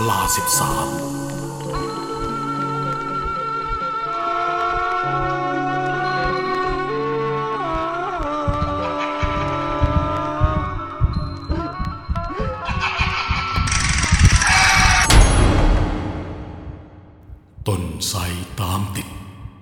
ลา13ต้นไทรตามติด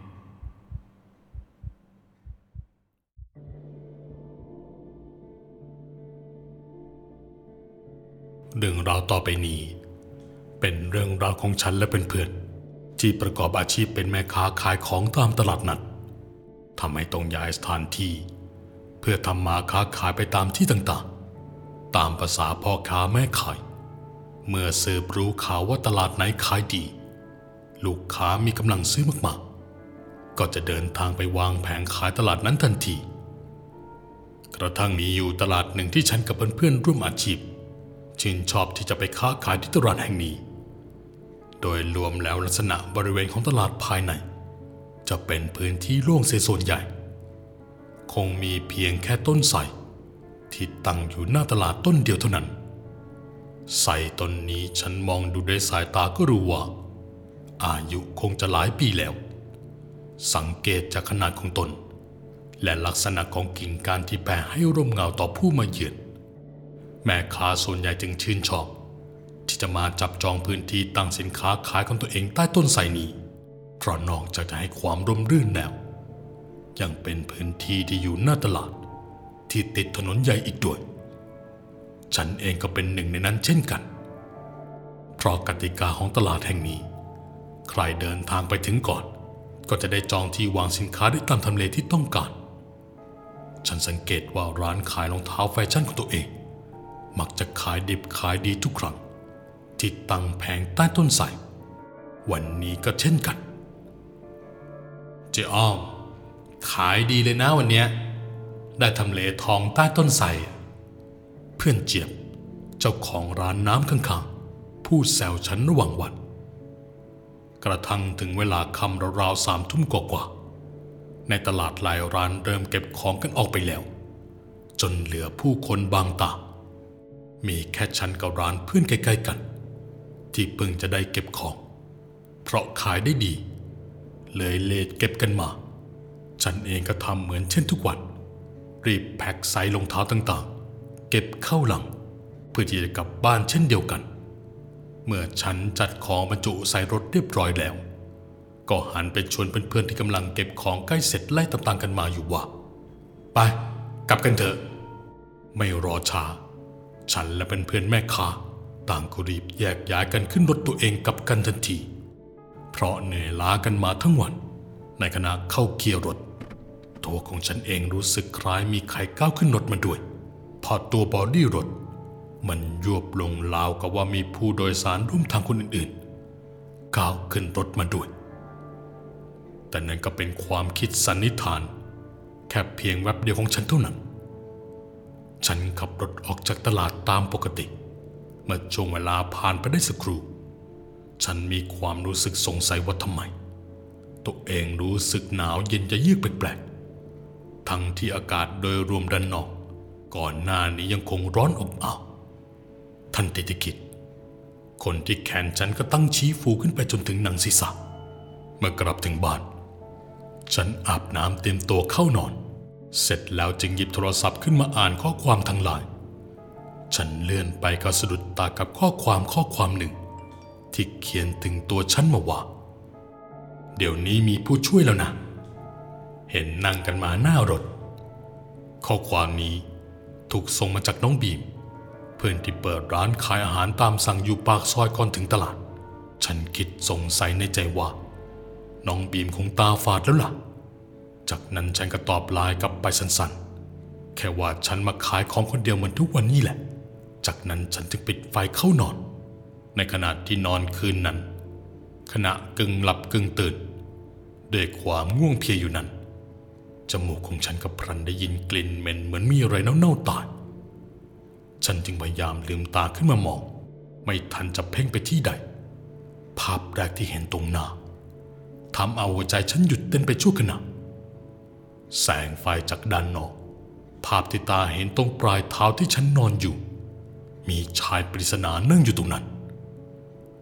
เรื่องราวต่อไปนี้เป็นเรื่องราวของฉันและเพื่อนๆที่ประกอบอาชีพเป็นแม่ค้าขายของตามตลาดนัดทำให้ต้องย้ายสถานที่เพื่อทำมาค้าขายไปตามที่ต่างๆตามภาษาพ่อค้าแม่ขายเมื่อสืบรู้ข่าวว่าตลาดไหนขายดีลูกค้ามีกำลังซื้อมากๆก็จะเดินทางไปวางแผงขายตลาดนั้นทันทีกระทั่งมีอยู่ตลาดหนึ่งที่ฉันกับเพื่อนๆร่วมอาชีพชื่นชอบที่จะไปค้าขายที่ตลาดแห่งนี้โดยรวมแล้วลักษณะบริเวณของตลาดภายในจะเป็นพื้นที่โล่งเสียส่วนใหญ่คงมีเพียงแค่ต้นไทรที่ตั้งอยู่หน้าตลาดต้นเดียวเท่านั้นไทรต้นนี้ฉันมองดูด้วยสายตาก็รู้ว่าอายุคงจะหลายปีแล้วสังเกตจากขนาดของต้นและลักษณะของกิ่งก้านที่แผ่ให้ร่มเงาต่อผู้มาเยือนแม่ค้าส่วนใหญ่จึงชื่นชอบที่จะมาจับจองพื้นที่ตั้งสินค้าขายของตัวเองใต้ต้นไทรนี้เพราะนอกจากจะให้ความร่มรื่นแล้วยังเป็นพื้นที่ที่อยู่หน้าตลาดที่ติดถนนใหญ่อีกด้วยฉันเองก็เป็นหนึ่งในนั้นเช่นกันเพราะกติกาของตลาดแห่งนี้ใครเดินทางไปถึงก่อนก็จะได้จองที่วางสินค้าได้ตามทำเลที่ต้องการฉันสังเกตว่าร้านขายรองเท้าแฟชั่นของตัวเองมักจะขายดิบขายดีทุกครั้งที่ตั้งแผงใต้ต้นไทรวันนี้ก็เช่นกันเจ๊อ้อมขายดีเลยนะวันเนี้ยได้ทำเลทองใต้ต้นไทรเพื่อนเจี๊ยบเจ้าของร้านน้ำข้างๆพูดแซวฉันระหว่างวันกระทั่งถึงเวลาค่ำราวๆ3 ทุ่มกว่าๆในตลาดหลายร้านเริ่มเก็บของกันออกไปแล้วจนเหลือผู้คนบางตามีแค่ฉันกับร้านเพื่อนใกล้ๆกันที่เพิ่งจะได้เก็บของเพราะขายได้ดีเลยเลทเก็บกันมาฉันเองก็ทำเหมือนเช่นทุกวันรีบแพ็คใส่รองเท้าต่างๆเก็บเข้าหลังเพื่อที่จะกลับบ้านเช่นเดียวกันเมื่อฉันจัดของบรรจุใส่รถเรียบร้อยแล้วก็หันไปชวนเพื่อนๆที่กำลังเก็บของใกล้เสร็จไล่ตามๆกันมาอยู่ว่าไปกลับกันเถอะไม่รอช้าฉันและเพื่อนๆแม่ค้าต่างก็รีบแยกย้ายกันขึ้นรถตัวเองกลับกันทันทีเพราะเหนื่อยล้ากันมาทั้งวันในขณะเข้าเกียร์รถตัวของฉันเองรู้สึกคล้ายมีใครก้าวขึ้นรถมาด้วยพอตัวบอดี้รถมันยวบลงราวกับว่ามีผู้โดยสารร่วมทางคนอื่นๆก้าวขึ้นรถมาด้วยแต่นั่นก็เป็นความคิดสันนิษฐานแค่เพียงแวบเดียวของฉันเท่านั้นฉันขับรถออกจากตลาดตามปกติเมื่อช่วงเวลาผ่านไปได้สักครู่ฉันมีความรู้สึกสงสัยว่าทำไมตัวเองรู้สึกหนาวเย็นจะเยือกแปลกๆทั้งที่อากาศโดยรวมด้านนอกก่อนหน้านี้ยังคงร้อนอบอ้าวทันทีที่คิดคนที่แขนฉันก็ตั้งชี้ฟูขึ้นไปจนถึงหนังศีรษะเมื่อกลับถึงบ้านฉันอาบน้ำเตรียมตัวเข้านอนเสร็จแล้วจึงหยิบโทรศัพท์ขึ้นมาอ่านข้อความทางไลน์ฉันเลื่อนไปก็สะดุดตากับข้อความหนึ่งที่เขียนถึงตัวฉันมาว่าเดี๋ยวนี้มีผู้ช่วยแล้วนะเห็นนั่งกันมาหน้ารถข้อความนี้ถูกส่งมาจากน้องบีมเพื่อนที่เปิดร้านขายอาหารตามสั่งอยู่ปากซอยก่อนถึงตลาดฉันคิดสงสัยในใจว่าน้องบีมคงตาฝาดแล้วล่ะจากนั้นฉันก็ตอบไลน์กลับไปสั้นๆแค่ว่าฉันมาขายของคนเดียวเหมือนทุกวันนี้แหละจากนั้นฉันจึงปิดไฟเข้านอนในขณะที่นอนคืนนั้นขณะกึ่งหลับกึ่งตื่นด้วยความง่วงเพลียอยู่นั้นจมูกของฉันก็พลันได้ยินกลิ่นเหม็นเหมือนมีอะไรเน่าๆตายฉันจึงพยายามลืมตาขึ้นมามองไม่ทันจะเพ่งไปที่ใดภาพแรกที่เห็นตรงหน้าทำเอาหัวใจฉันหยุดเต้นไปชั่วขณะแสงไฟจากด้านนอกภาพที่ตาเห็นตรงปลายเท้าที่ฉันนอนอยู่มีชายปริศนานั่งอยู่ตรงนั้น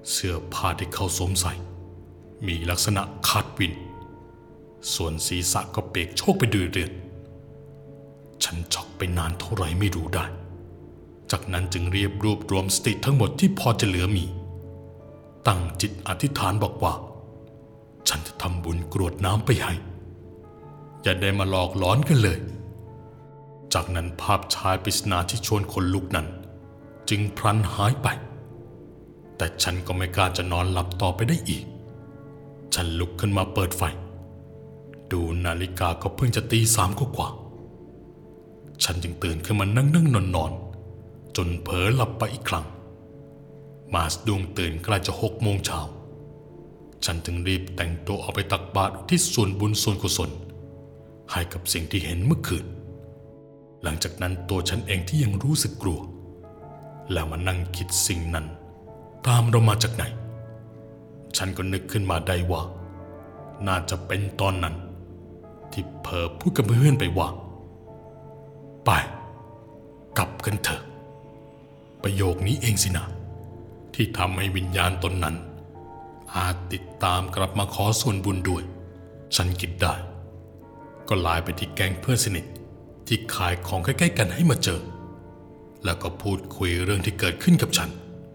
เสื้อผ้าที่เขาสวมใส่มีลักษณะขาดวินส่วนศีรษะก็เปียกโชกไปด้วยเลือดฉันช็อกไปนานเท่าไรไม่รู้ได้จากนั้นจึงเรียบรวบรวมสติทั้งหมดที่พอจะเหลือมีตั้งจิตอธิษฐานบอกว่าฉันจะทำบุญกรวดน้ำไปให้อย่าได้มาหลอกหลอนกันเลยจากนั้นภาพชายปริศนาที่ชวนคนลุกนั้นจึงพลันหายไปแต่ฉันก็ไม่กล้าจะนอนหลับต่อไปได้อีกฉันลุกขึ้นมาเปิดไฟดูนาฬิกาก็เพิ่งจะตี 3กว่าฉันจึงตื่นขึ้นมานั่งนอนจนเผลอหลับไปอีกครั้งมาสะดุ้งตื่นใกล้จะ6 โมงเช้าฉันจึงรีบแต่งตัวออกไปตักบาตรอุทิศส่วนบุญส่วนกุศลให้กับสิ่งที่เห็นเมื่อคืนหลังจากนั้นตัวฉันเองที่ยังรู้สึกกลัวแล้วมานั่งคิดสิ่งนั้นตามเรามาจากไหนฉันก็นึกขึ้นมาได้ว่าน่าจะเป็นตอนนั้นที่เผลอพูดกับเพื่อนไปว่าไปกลับกันเถอะประโยคนี้เองสินะที่ทำให้วิญญาณตนนั้นอาจติดตามกลับมาขอส่วนบุญด้วยฉันคิดได้ก็ไลน์ไปที่แก๊งเพื่อนสนิทที่ขายของใกล้ๆกันให้มาเจอแล้วก็พูดคุยเรื่องที่เกิดขึ้นกับฉัน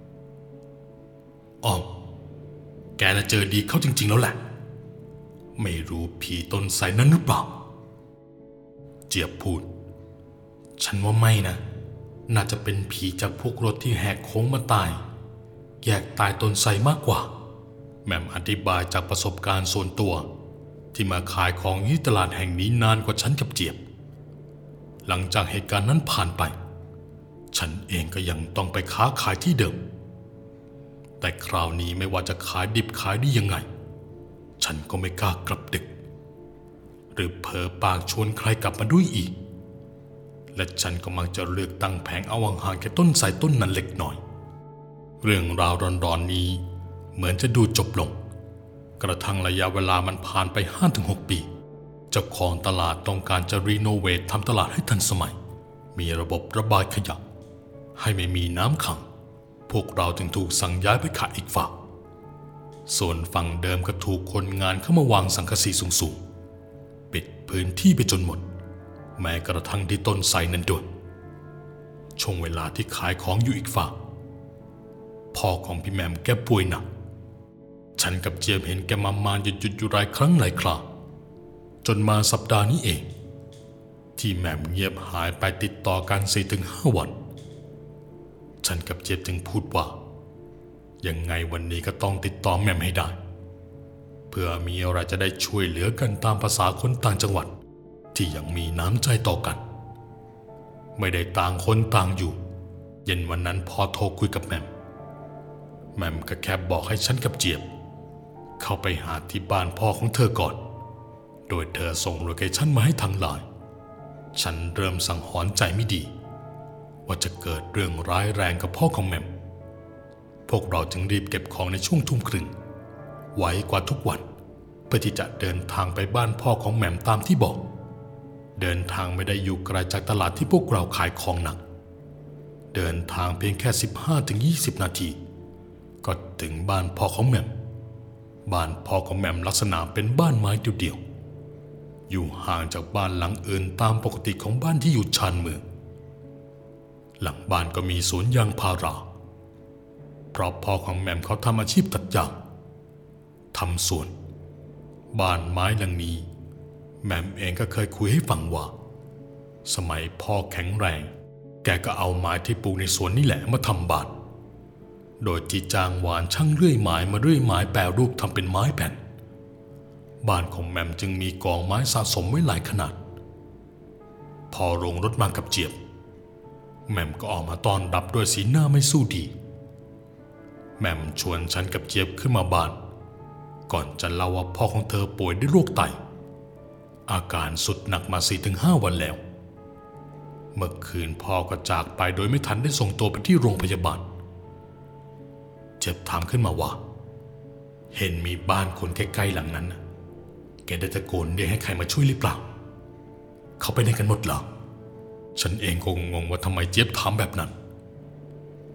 อ้อมแกน่ะเจอดีเข้าจริงๆแล้วแหละไม่รู้ผีต้นไทรนั้นหรือเปล่าเจี๊ยบพูดฉันว่าไม่นะน่าจะเป็นผีจากพวกรถที่แหกโค้งมาตายแยกตายต้นไทรมากกว่าแหม่มอธิบายจากประสบการณ์ส่วนตัวที่มาขายของที่ตลาดแห่งนี้นานกว่าฉันกับเจี๊ยบหลังจากเหตุการณ์นั้นผ่านไปฉันเองก็ยังต้องไปค้าขายที่เดิมแต่คราวนี้ไม่ว่าจะขายดิบขายดียังไงฉันก็ไม่กล้ากลับดึกหรือเผลอปากชวนใครกลับมาด้วยอีกและฉันก็มักจะเลือกตั้งแผงเอาห่างๆแค่ต้นไทรต้นนั้นเล็กน้อยเรื่องราวร้อนๆนี้เหมือนจะดูจบลงกระทั่งระยะเวลามันผ่านไป 5-6 ปีเจ้าของตลาดต้องการจะรีโนเวททำตลาดให้ทันสมัยมีระบบระบายขยะให้ไม่มีน้ำขังพวกเราจึงถูกสั่งย้ายไปขายอีกฝั่งส่วนฝั่งเดิมก็ถูกคนงานเข้ามาวางสังกะสีสูงๆปิดพื้นที่ไปจนหมดแม้กระทั่งที่ต้นไทรนั้นด้วยช่วงเวลาที่ขายของอยู่อีกฝั่งพ่อของพี่แหม่มแกป่วยหนักฉันกับเจี๊ยบเห็นแกมาหยุดอยู่หลายครั้งหลายคราจนมาสัปดาห์นี้เองที่แหม่มเงียบหายไปติดต่อกัน 4-5 วันฉันกับเจี๊ยบจึงพูดว่ายังไงวันนี้ก็ต้องติดต่อแหม่มให้ได้เพื่อมีอะไรจะได้ช่วยเหลือกันตามภาษาคนต่างจังหวัดที่ยังมีน้ำใจต่อกันไม่ได้ต่างคนต่างอยู่เย็นวันนั้นพอโทรคุยกับแหม่มก็แค่บอกให้ฉันกับเจี๊ยบเข้าไปหาที่บ้านพ่อของเธอก่อนโดยเธอส่งโลเคชั่นมาให้ทางไลน์ฉันเริ่มสังหรณ์ใจไม่ดีว่าจะเกิดเรื่องร้ายแรงกับพ่อของแหม่มพวกเราจึงรีบเก็บของในช่วง 20:30ไว้กว่าทุกวันเพื่อที่จะเดินทางไปบ้านพ่อของแหม่มตามที่บอกเดินทางไม่ได้อยู่ไกลจากตลาดที่พวกเราขายของหนักเดินทางเพียงแค่ 15-20 นาทีก็ถึงบ้านพ่อของแหม่มบ้านพ่อของแหม่มลักษณะเป็นบ้านไม้เดี่ยวๆอยู่ห่างจากบ้านหลังอื่นตามปกติของบ้านที่อยู่ชานเมืองหลังบ้านก็มีสวนยางพาราเพราะพ่อของแหม่มเขาทำอาชีพตัดยางทำสวนบ้านไม้หลังนี้แหม่มเองก็เคยคุยให้ฟังว่าสมัยพ่อแข็งแรงแกก็เอาไม้ที่ปลูกในสวนนี่แหละมาทำบ้านโดยที่จ้างหวานช่างเลื่อยไม้มาเลื่อยไม้แปรรูปทำเป็นไม้แผ่นบ้านของแหม่มจึงมีกองไม้สะสมไว้หลายขนาดพอลงรถมากับเจี๊ยบแหม่มก็ออกมาต้อนรับด้วยสีหน้าไม่สู้ดีแหม่มชวนฉันกับเจี๊ยบขึ้นมาบ้านก่อนจะเล่าว่าพ่อของเธอป่วยด้วยโรคไตอาการสุดหนักมา 4-5 วันแล้วเมื่อคืนพ่อก็จากไปโดยไม่ทันได้ส่งตัวไปที่โรงพยาบาลเจี๊ยบถามขึ้นมาว่าเห็นมีบ้านคนใกล้ๆหลังนั้นแกได้ตะโกนเรียกให้ใครมาช่วยหรือเปล่าเขาไปไหนกันหมดเหรอฉันเองก็งงว่าทำไมเจี๊ยบถามแบบนั้น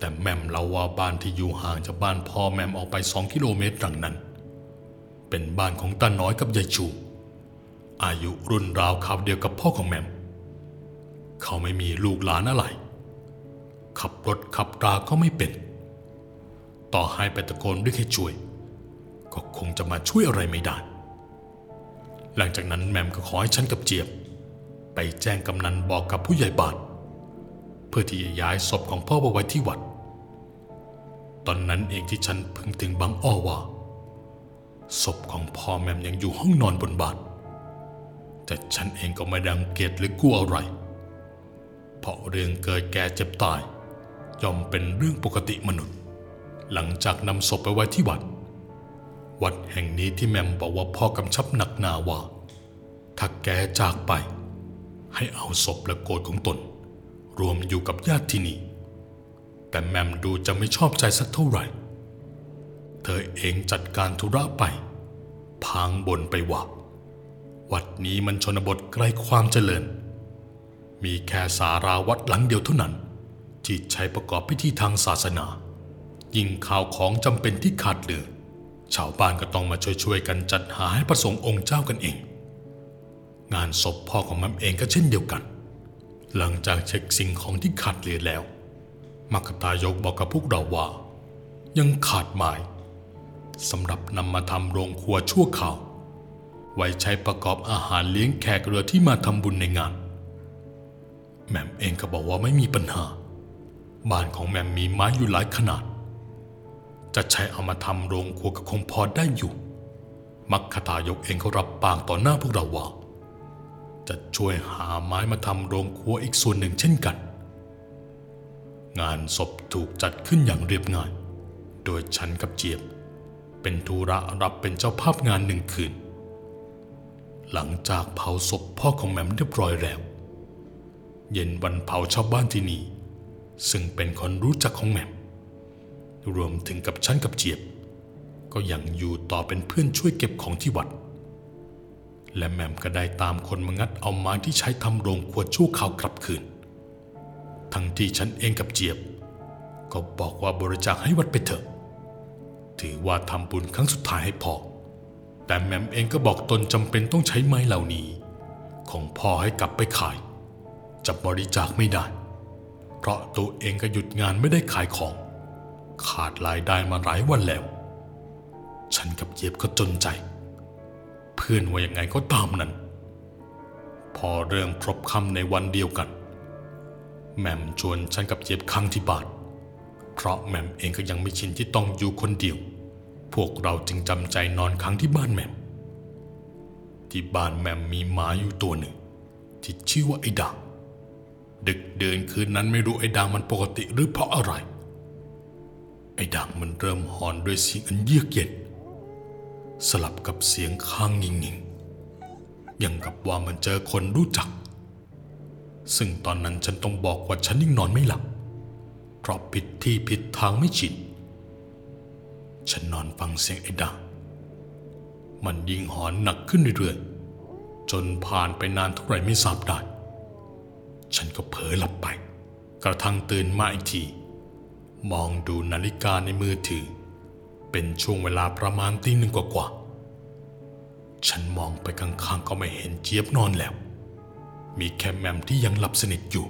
แต่แม่มเล่าว่าบ้านที่อยู่ห่างจากบ้านพ่อแม่มออกไป2 กิโลเมตรหลังนั้นเป็นบ้านของตาน้อยกับยายชูอายุรุ่นราวคราวเดียวกับพ่อของแม่มเขาไม่มีลูกหลานอะไรขับรถขับราก็ไม่เป็นต่อให้ไปตะโกนเรียกให้ช่วยก็คงจะมาช่วยอะไรไม่ได้หลังจากนั้นแม่มก็ขอให้ฉันกับเจี๊ยบไปแจ้งกำนันบอกกับผู้ใหญ่บ้านเพื่อที่จะย้ายศพของพ่อไปไว้ที่วัดตอนนั้นเองที่ฉันเพิ่งถึงบางอ้อว่าศพของพ่อแม่มยังอยู่ห้องนอนบนบ้านแต่ฉันเองก็ไม่ดังเกียจหรือกลัวอะไรเพราะเรื่องเกิดแก่เจ็บตายย่อมเป็นเรื่องปกติมนุษย์หลังจากนำศพไปไว้ที่วัดแห่งนี้ที่แม่มบอกว่าพ่อกำชับหนักหนาว่าถ้าแกจากไปให้เอาศพและโกรธของตนรวมอยู่กับญาติที่นี่แต่แม่มดูจะไม่ชอบใจสักเท่าไหร่เธอเองจัดการธุระไปพางบ่นไปว่าวัดนี้มันชนบทไกลความเจริญมีแค่ศาลาวัดหลังเดียวเท่านั้นที่ใช้ประกอบพิธีทางศาสนายิ่งข่าวของจำเป็นที่ขาดเหลือชาวบ้านก็ต้องมาช่วยกันจัดหาให้พระสงฆ์องค์เจ้ากันเองงานศพพ่อของแม่เองก็เช่นเดียวกันหลังจากเช็คสิ่งของที่ขาดเหลือแล้วมัคคทายกบอกกับพวกเราว่ายังขาดไม้สำหรับนำมาทำโรงครัวชั่วคราวไว้ใช้ประกอบอาหารเลี้ยงแขกเรือที่มาทำบุญในงานแม่มเองก็บอกว่าไม่มีปัญหาบ้านของแม่มมีไม้อยู่หลายขนาดจะใช้เอามาทำโรงครัวก็คงพอได้อยู่มัคคทายกเองก็รับปากต่อหน้าพวกเราว่าจะช่วยหาไม้มาทำโรงครัวอีกส่วนหนึ่งเช่นกันงานศพถูกจัดขึ้นอย่างเรียบง่ายโดยฉันกับเจี๊ยบเป็นธุระรับเป็นเจ้าภาพงาน1 คืนหลังจากเผาศพพ่อของแม่มเรียบร้อยแล้วเย็นวันเผาชาวบ้านที่นี่ซึ่งเป็นคนรู้จักของแม่มรวมถึงกับฉันกับเจี๊ยบก็ยังอยู่ต่อเป็นเพื่อนช่วยเก็บของที่วัดและแม่มก็ได้ตามคนมางัดเอาไม้ที่ใช้ทำโรงครัวชั่วคราวกลับคืนทั้งที่ฉันเองกับเจี๊ยบก็บอกว่าบริจาคให้วัดไปเถอะถือว่าทำบุญครั้งสุดท้ายให้พ่อแต่แม่มเองก็บอกตนจำเป็นต้องใช้ไม้เหล่านี้ของพ่อให้กลับไปขายจะบริจาคไม่ได้เพราะตัวเองก็หยุดงานไม่ได้ขายของขาดรายได้มาหลายวันแล้วฉันกับเจี๊ยบก็จนใจเพื่อนว่ายังไงก็ตามนั้นพอเรื่องพรบค่ำในวันเดียวกันแม่มชวนฉันกับเจี๊ยบค้างที่บ้านเพราะแม่มเองก็ยังไม่ชินที่ต้องอยู่คนเดียวพวกเราจึงจำใจนอนค้างที่บ้านแม่มที่บ้านแม่มมีหมาอยู่ตัวหนึ่งที่ชื่อว่าไอ้ด่างดึกเดินคืนนั้นไม่รู้ไอ้ด่างมันปกติหรือเพราะอะไรไอ้ด่างมันเริ่มหอนด้วยเสียงอันเยือกเย็นสลับกับเสียงค้างงิ่งๆอย่างกับว่ามันเจอคนรู้จักซึ่งตอนนั้นฉันต้องบอกว่าฉันยังนอนไม่หลับเพราะผิดที่ผิดทางไม่ชินฉันนอนฟังเสียงไอ้ด่างมันยิ่งหอนหนักขึ้นเรื่อยๆจนผ่านไปนานเท่าไหร่ไม่ทราบได้ฉันก็เผลอหลับไปกระทั่งตื่นมาอีกทีมองดูนาฬิกาในมือถือเป็นช่วงเวลาประมาณตี 1กว่าฉันมองไปข้างๆก็ไม่เห็นเจี๊ยบนอนแล้วมีแค่แมมที่ยังหลับสนิทอยู่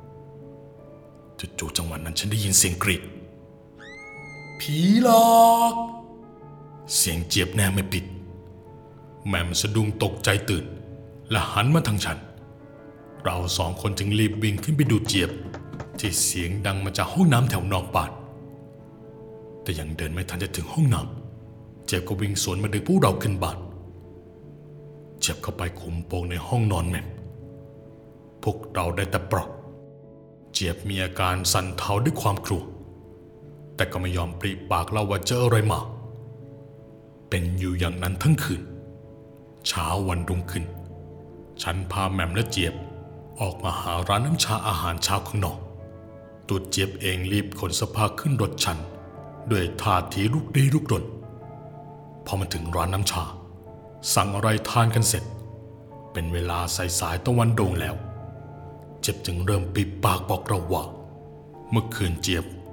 จู่ๆจังหวะนั้นฉันได้ยินเสียงกรีดผีหลอกเสียงเจี๊ยบแน่ไม่ปิดแมมสะดุ้งตกใจตื่นและหันมาทางฉันเรา2 คนจึงรีบวิ่งขึ้นไปดูเจี๊ยบที่เสียงดังมาจากห้องน้ำแถวนอกบ้านแต่ยังเดินไม่ทันจะถึงห้องน้ำเจี๊ยบก็วิ่งสวนมาดึงพวกเราขึ้นบ้านเจี๊ยบเข้าไปคุมโปงในห้องนอนแมมพวกเราได้แต่ปลอบเจี๊ยบมีอาการสั่นเทาด้วยความกลัวแต่ก็ไม่ยอมปริปากเล่าว่าเจออะไรมาเป็นอยู่อย่างนั้นทั้งคืนเช้าวันรุ่งขึ้นฉันพาแมมและเจี๊ยบออกมาหาร้านน้ำชาอาหารเช้าข้างนอกตัวเจี๊ยบเองรีบขนเสื้อผ้าขึ้นรถฉันด้วยท่าทีลุกลี้ลุกลนพอมาถึงร้านน้ำชาสั่งอะไรทานกันเสร็จเป็นเวลาสายๆตะวันโด่งแล้วเจี๊ยบจึงเริ่มปิดปากบอกเราว่าเมื่อคืนเจี๊ยบ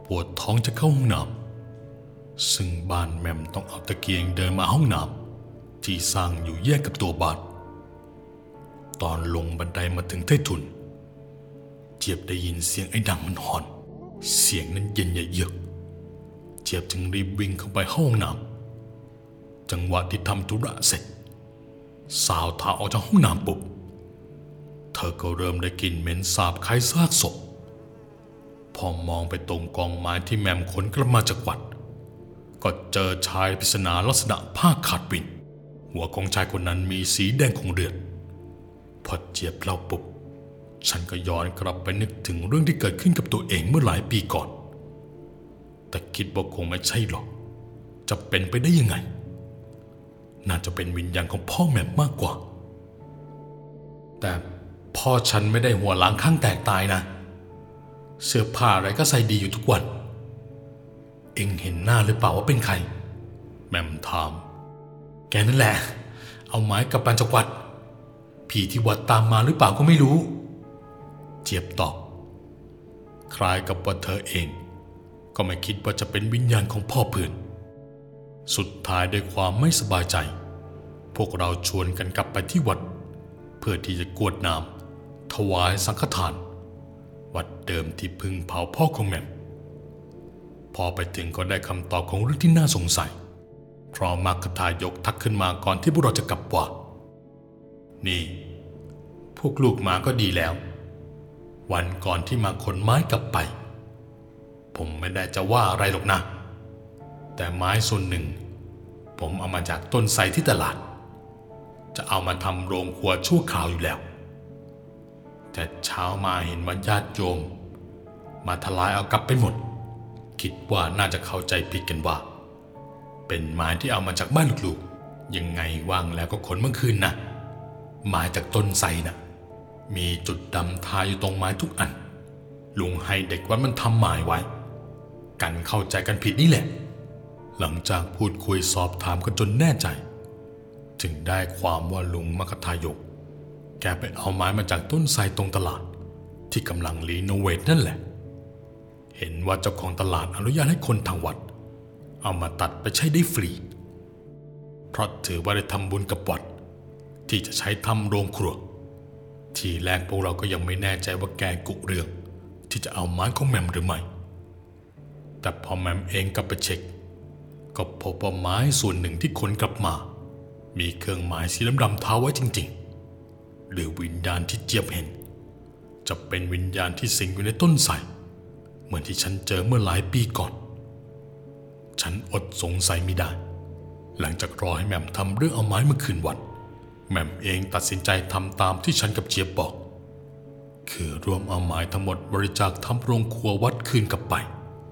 ปวดท้องจะเข้าห้องน้ำซึ่งบ้านแม่มต้องเอาตะเกียงเดินมาห้องน้ำที่สร้างอยู่แยกกับตัวบ้านตอนลงบันไดมาถึงใต้ถุนเจี๊ยบได้ยินเสียงไอ้ดังมันหอนเสียงนั้นเย็นเยือกเจี๊ยบจึงรีบวิ่งเข้าไปห้องน้ำจังหวะที่ทำธุระเสร็จสาวเท้าออกจากห้องน้ำปุ๊บเธอก็เริ่มได้กลิ่นเหม็นสาบคล้ายซากศพพอมองไปตรงกองไม้ที่แม่มขนกลับมาจากวัดก็เจอชายปริศนาลักษณะผ้าขาดวิ่นหัวของชายคนนั้นมีสีแดงของเลือดพอเจี๊ยบเล่าปุ๊บฉันก็ย้อนกลับไปนึกถึงเรื่องที่เกิดขึ้นกับตัวเองเมื่อหลายปีก่อนแต่คิดว่าคงไม่ใช่หรอกจะเป็นไปได้ยังไงน่าจะเป็นวิญญาณของพ่อแม่มากกว่าแต่พ่อฉันไม่ได้หัวล้างข้างแตกตายนะเสื้อผ้าอะไรก็ใส่ดีอยู่ทุกวันเอ็งเห็นหน้าหรือเปล่าว่าเป็นใครแม่มถามแกนั่นแหละเอาไม้กลับบ้านจากวัดผีที่วัดตามมาหรือเปล่าก็ไม่รู้เจี๊ยบตอบคล้ายกับว่าเธอเองก็ไม่คิดว่าจะเป็นวิญญาณของพ่อเพื่อนสุดท้ายด้วยความไม่สบายใจพวกเราชวนกันกลับไปที่วัดเพื่อที่จะกรวดน้ำถวายสังฆทานวัดเดิมที่พึ่งเผาพ่อของแม่มพอไปถึงก็ได้คำตอบของเรื่องที่น่าสงสัยเพราะมรรคทายกทักขึ้นมาก่อนที่พวกเราจะกลับว่านี่พวกลูกมาก็ดีแล้ววันก่อนที่มาขนไม้กลับไปผมไม่ได้จะว่าอะไรหรอกนะแต่ไม้ส่วนหนึ่งผมเอามาจากต้นไทรที่ตลาดจะเอามาทำโรงครัวชั่วคราวอยู่แล้วแต่เช้ามาเห็นว่าญาติโยมมาทลายเอากลับไปหมดคิดว่าน่าจะเข้าใจผิดกันว่าเป็นไม้ที่เอามาจากบ้านลูกๆยังไงว่างแล้วก็ขนเมื่อคืนนะไม้จากต้นไทรนะมีจุดดำทาอยู่ตรงไม้ทุกอันลุงให้เด็กวัดมันทำหมายไว้กันเข้าใจกันผิดนี่แหละหลังจากพูดคุยสอบถามกันจนแน่ใจจึงได้ความว่าลุงมคทายกแกไปเอาไม้มาจากต้นไทรตรงตลาดที่กำลังรีโนเวทนั่นแหละเห็นว่าเจ้าของตลาดอนุญาตให้คนทางวัดเอามาตัดไปใช้ได้ฟรีเพราะถือว่าได้ทำบุญกับวัดที่จะใช้ทำโรงครัวทีแรกพวกเราก็ยังไม่แน่ใจว่าแกกุเรื่องที่จะเอาไม้ของแมมหรือไม่แต่พอแมมเองกลับไปเช็คก็พบว่าไม้ส่วนหนึ่งที่ขนกลับมามีเครื่องหมายสีดำๆเท้าไว้จริงๆหรือวิญญาณที่เจี๊ยบเห็นจะเป็นวิญญาณที่สิงอยู่ในต้นไทรเหมือนที่ฉันเจอเมื่อหลายปีก่อนฉันอดสงสัยไม่ได้หลังจากรอให้แมมทำเรื่องเอาไม้มาคืนวัดแมมเองตัดสินใจทำตามที่ฉันกับเจี๊ยบบอกคือรวมเอาไม้ทั้งหมดบริจาคทำโรงครัววัดคืนกลับไป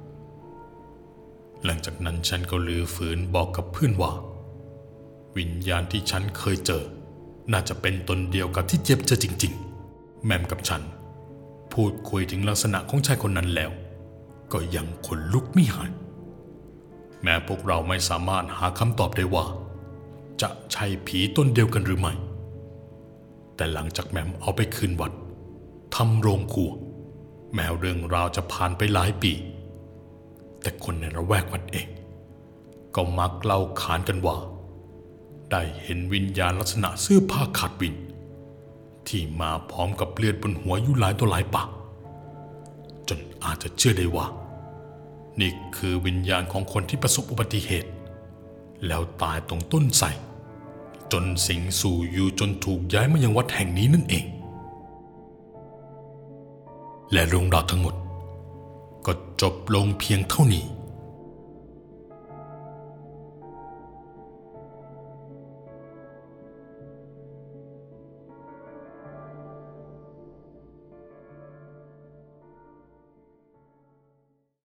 หลังจากนั้นฉันก็ลือฝืนบอกกับเพื่อนว่าวิญญาณที่ฉันเคยเจอน่าจะเป็นตนเดียวกับที่เจี๊ยบเจอจริงๆแมมกับฉันพูดคุยถึงลักษณะของชายคนนั้นแล้วก็ยังขนลุกไม่หายแม้พวกเราไม่สามารถหาคำตอบได้ว่าจะใช่ผีตนเดียวกันหรือไม่แต่หลังจากแมมเอาไปคืนวัดทำโรงครัวแม้เรื่องราวจะผ่านไปหลายปีแต่คนในละแวกวัดเองก็มักเล่าขานกันว่าได้เห็นวิญญาณลักษณะเสื้อผ้าขาดวินที่มาพร้อมกับเลือดบนหัวอยู่หลายตัวหลายปากจนอาจจะเชื่อได้ว่านี่คือวิญญาณของคนที่ประสบอุบัติเหตุแล้วตายตรงต้นไทรจนสิงสู่อยู่จนถูกย้ายมายังวัดแห่งนี้นั่นเองและเรื่องราวทั้งหมดก็จบลงเพียงเท่านี้